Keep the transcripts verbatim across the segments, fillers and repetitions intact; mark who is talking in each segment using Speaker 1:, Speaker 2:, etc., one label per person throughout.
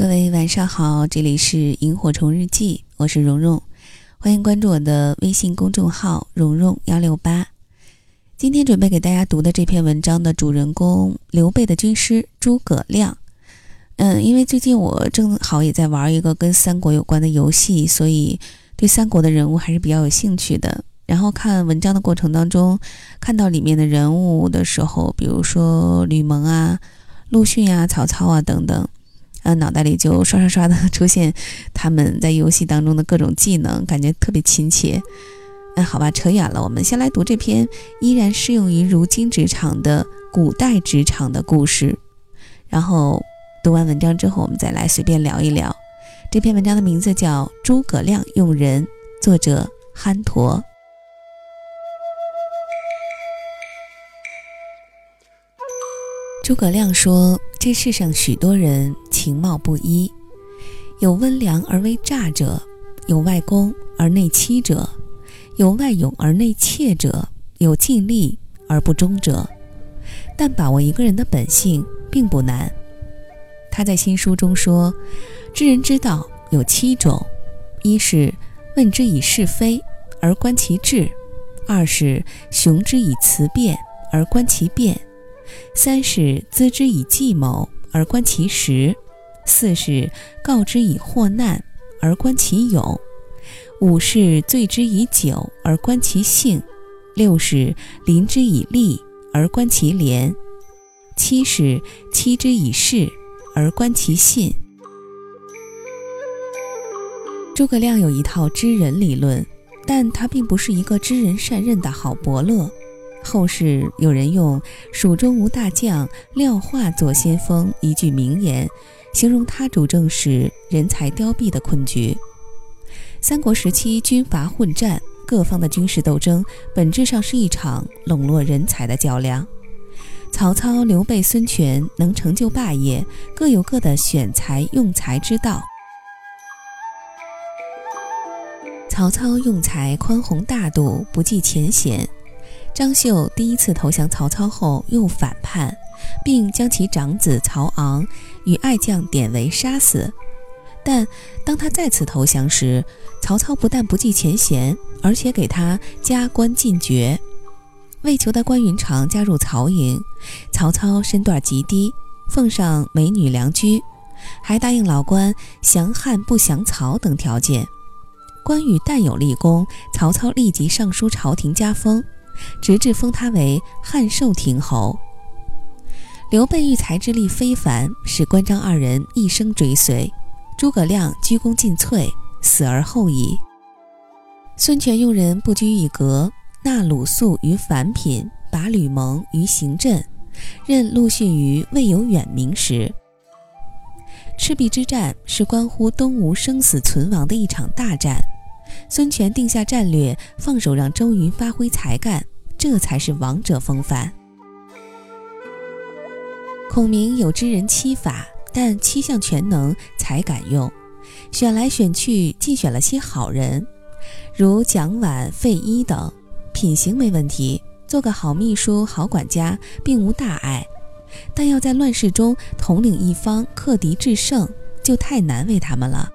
Speaker 1: 各位晚上好，这里是萤火虫日记，我是蓉蓉，欢迎关注我的微信公众号蓉蓉一六八。今天准备给大家读的这篇文章的主人公刘备的军师诸葛亮。嗯，因为最近我正好也在玩一个跟三国有关的游戏，所以对三国的人物还是比较有兴趣的。然后看文章的过程当中，看到里面的人物的时候，比如说吕蒙啊、陆逊啊、曹操啊等等，呃，脑袋里就刷刷刷的出现他们在游戏当中的各种技能，感觉特别亲切。嗯，好吧，扯远了，我们先来读这篇依然适用于如今职场的古代职场的故事。然后读完文章之后，我们再来随便聊一聊。这篇文章的名字叫《诸葛亮用人》，作者憨驼。诸葛亮说，这世上许多人情貌不一，有温良而为诈者，有外公而内欺者，有外勇而内怯者，有尽力而不忠者。但把握一个人的本性并不难。他在新书中说，知人之道有七种：一是问之以是非而观其志；二是雄之以辞辩而观其辩；三是资之以计谋而观其实；四是告之以祸难而观其勇；五是醉之以酒而观其性；六是临之以利而观其廉；七是欺之以势而观其信。诸葛亮有一套知人理论，但他并不是一个知人善任的好伯乐。后世有人用蜀中无大将，廖化做先锋一句名言，形容他主政时人才凋敝的困局。三国时期军阀混战，各方的军事斗争本质上是一场笼络人才的较量。曹操、刘备、孙权能成就霸业，各有各的选才用才之道。曹操用才宽宏大度，不计前嫌。张绣第一次投降曹操后又反叛，并将其长子曹昂与爱将典韦杀死。但当他再次投降时，曹操不但不计前嫌，而且给他加官进爵。为求得关云长加入曹营，曹操身段极低，奉上美女良驹，还答应老关降汉不降曹等条件。关羽但有立功，曹操立即上书朝廷加封，直至封他为汉寿亭侯。刘备育才之力非凡，使关张二人一生追随。诸葛亮鞠躬尽瘁，死而后已。孙权用人不拘一格，纳鲁肃于凡品，拔吕蒙于行阵，任陆逊于未有远名时。赤壁之战是关乎东吴生死存亡的一场大战，孙权定下战略，放手让周瑜发挥才干，这才是王者风范。孔明有知人七法，但七项全能才敢用，选来选去尽选了些好人，如蒋琬、费祎等，品行没问题，做个好秘书、好管家并无大碍。但要在乱世中统领一方，克敌制胜，就太难为他们了。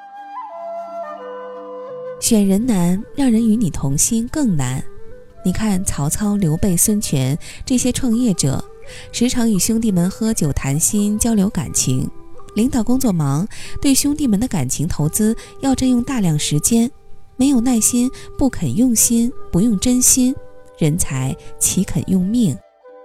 Speaker 1: 选人难，让人与你同心更难。你看曹操、刘备、孙权这些创业者，时常与兄弟们喝酒谈心，交流感情。领导工作忙，对兄弟们的感情投资要占用大量时间，没有耐心，不肯用心，不用真心，人才岂肯用命？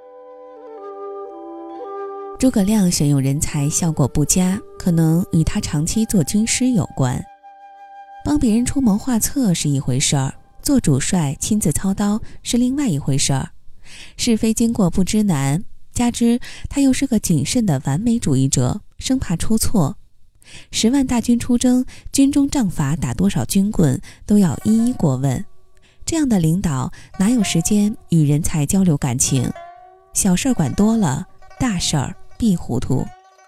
Speaker 1: 诸葛亮选用人才效果不佳，可能与他长期做军师有关。帮别人出谋划策是一回事儿，做主帅亲自操刀是另外一回事儿。是非经过不知难，加之他又是个谨慎的完美主义者，生怕出错。十万大军出征，军中杖法打多少军棍都要一一过问。这样的领导哪有时间与人才交流感情？小事管多了，大事儿必糊涂。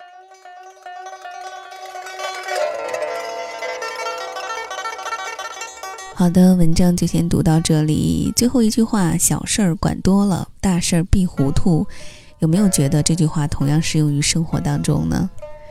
Speaker 1: 好的，文章就先读到这里。最后一句话，小事儿管多了，大事儿必糊涂，有没有觉得这句话同样适用于生活当中呢？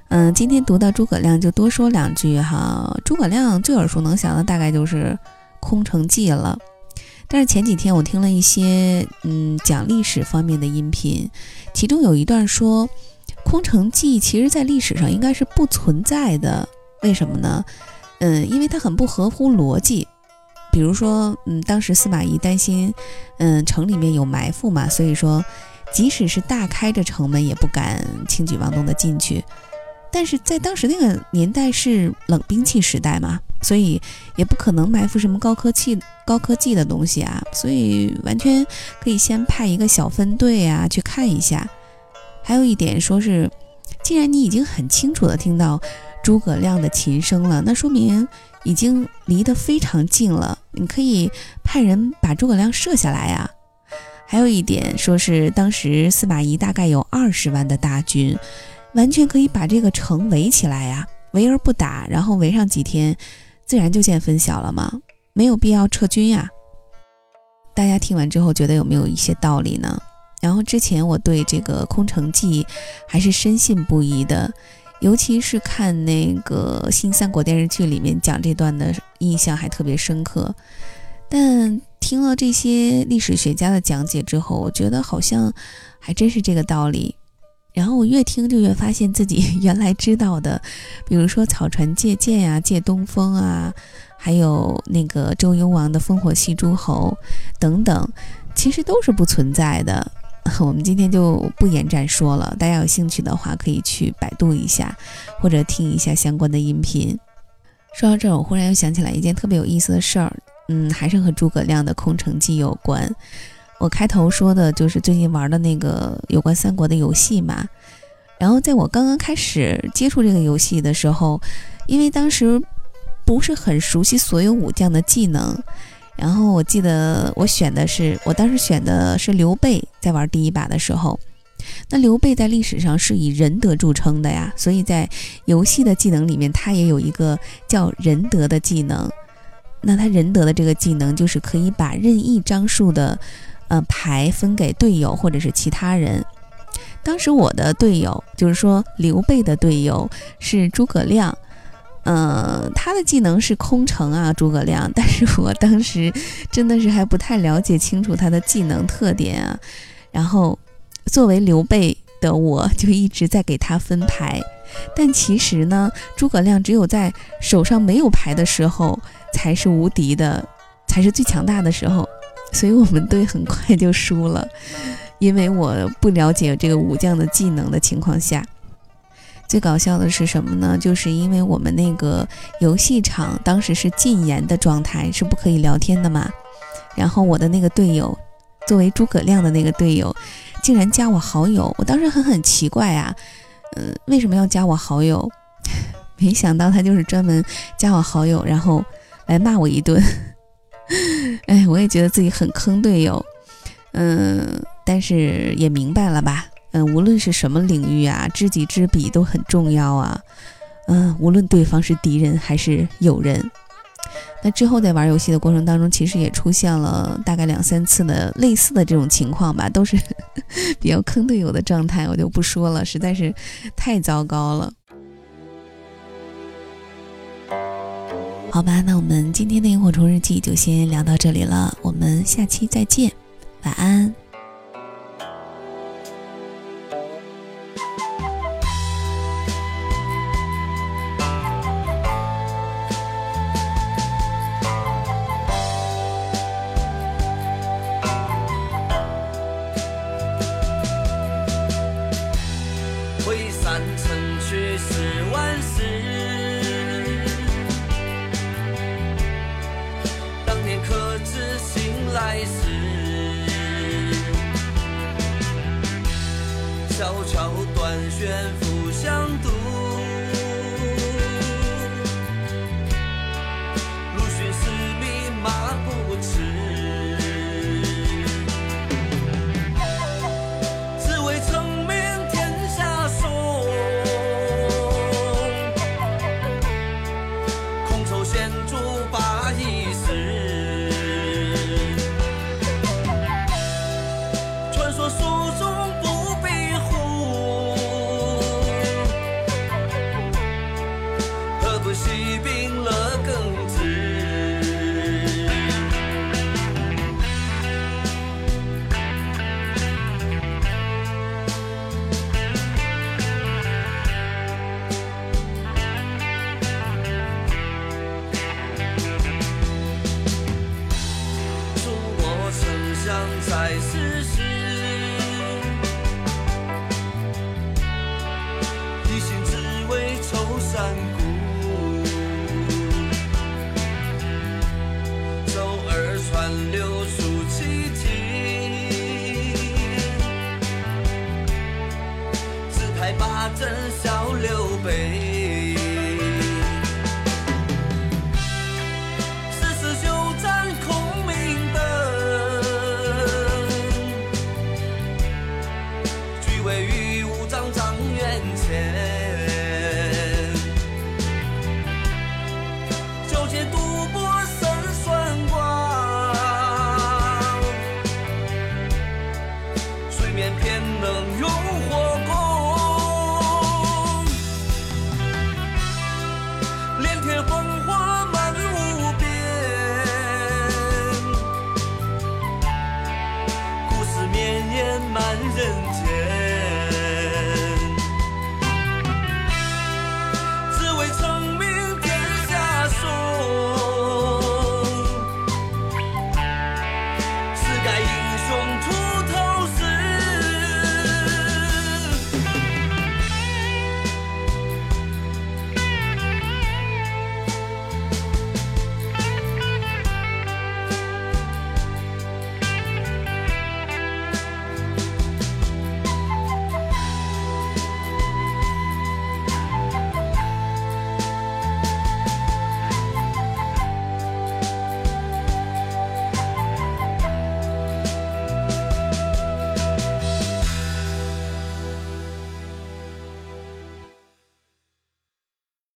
Speaker 1: 嗯，今天读到诸葛亮就多说两句哈。诸葛亮最耳熟能详的大概就是空城计了。但是前几天我听了一些嗯讲历史方面的音频，其中有一段说空城计其实在历史上应该是不存在的。为什么呢？嗯，因为它很不合乎逻辑。比如说嗯，当时司马懿担心嗯城里面有埋伏嘛，所以说即使是大开着城门也不敢轻举妄动的进去。但是在当时那个年代是冷兵器时代嘛，所以也不可能埋伏什么高科技高科技的东西啊，所以完全可以先派一个小分队啊去看一下。还有一点说是，既然你已经很清楚的听到诸葛亮的琴声了，那说明已经离得非常近了，你可以派人把诸葛亮射下来啊。还有一点说是，当时司马懿大概有二十万的大军，完全可以把这个城围起来呀，围而不打，然后围上几天，自然就见分晓了嘛，没有必要撤军呀。大家听完之后觉得有没有一些道理呢？然后之前我对这个空城计还是深信不疑的，尤其是看那个新三国电视剧里面讲这段的印象还特别深刻。但听了这些历史学家的讲解之后，我觉得好像还真是这个道理。然后我越听就越发现自己原来知道的，比如说草船借箭呀、借东风啊，还有那个周幽王的烽火戏诸侯等等，其实都是不存在的。我们今天就不延展说了，大家有兴趣的话可以去百度一下，或者听一下相关的音频。说到这儿，我忽然又想起来一件特别有意思的事儿，嗯，还是和诸葛亮的空城计有关。我开头说的就是最近玩的那个有关三国的游戏嘛，然后在我刚刚开始接触这个游戏的时候，因为当时不是很熟悉所有武将的技能，然后我记得我选的是我当时选的是刘备，在玩第一把的时候，那刘备在历史上是以仁德著称的呀，所以在游戏的技能里面他也有一个叫仁德的技能。那他仁德的这个技能就是可以把任意张数的呃，牌分给队友或者是其他人。当时我的队友就是说刘备的队友是诸葛亮，呃，他的技能是空城啊，诸葛亮，但是我当时真的是还不太了解清楚他的技能特点啊。然后作为刘备的我就一直在给他分牌，但其实呢，诸葛亮只有在手上没有牌的时候才是无敌的，才是最强大的时候。所以我们队很快就输了，因为我不了解这个武将的技能的情况下。最搞笑的是什么呢？就是因为我们那个游戏场当时是禁言的状态，是不可以聊天的嘛。然后我的那个队友，作为诸葛亮的那个队友，竟然加我好友。我当时很很奇怪啊，嗯、呃，为什么要加我好友？没想到他就是专门加我好友，然后来骂我一顿。哎，我也觉得自己很坑队友，嗯，但是也明白了吧，嗯，无论是什么领域啊，知己知彼都很重要啊，嗯，无论对方是敌人还是友人。那之后在玩游戏的过程当中，其实也出现了大概两三次的类似的这种情况吧，都是比较坑队友的状态，我就不说了，实在是太糟糕了。好吧，那我们今天的萤火虫日记就先聊到这里了，我们下期再见，晚安。